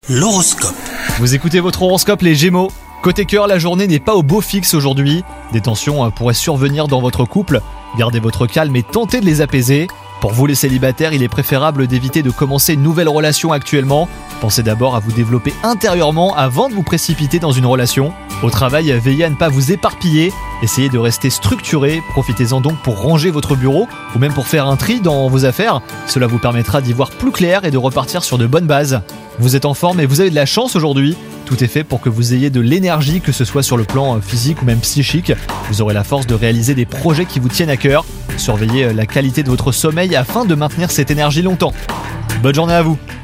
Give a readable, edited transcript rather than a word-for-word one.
L'horoscope. Vous écoutez votre horoscope les Gémeaux. Côté cœur, la journée n'est pas au beau fixe aujourd'hui. Des tensions pourraient survenir dans votre couple. Gardez votre calme et tentez de les apaiser. Pour vous les célibataires, il est préférable d'éviter de commencer une nouvelle relation actuellement. Pensez d'abord à vous développer intérieurement avant de vous précipiter dans une relation. Au travail, veillez à ne pas vous éparpiller. Essayez de rester structuré. Profitez-en donc pour ranger votre bureau ou même pour faire un tri dans vos affaires. Cela vous permettra d'y voir plus clair et de repartir sur de bonnes bases. Vous êtes en forme et vous avez de la chance aujourd'hui. Tout est fait pour que vous ayez de l'énergie, que ce soit sur le plan physique ou même psychique. Vous aurez la force de réaliser des projets qui vous tiennent à cœur. Surveillez la qualité de votre sommeil afin de maintenir cette énergie longtemps. Bonne journée à vous!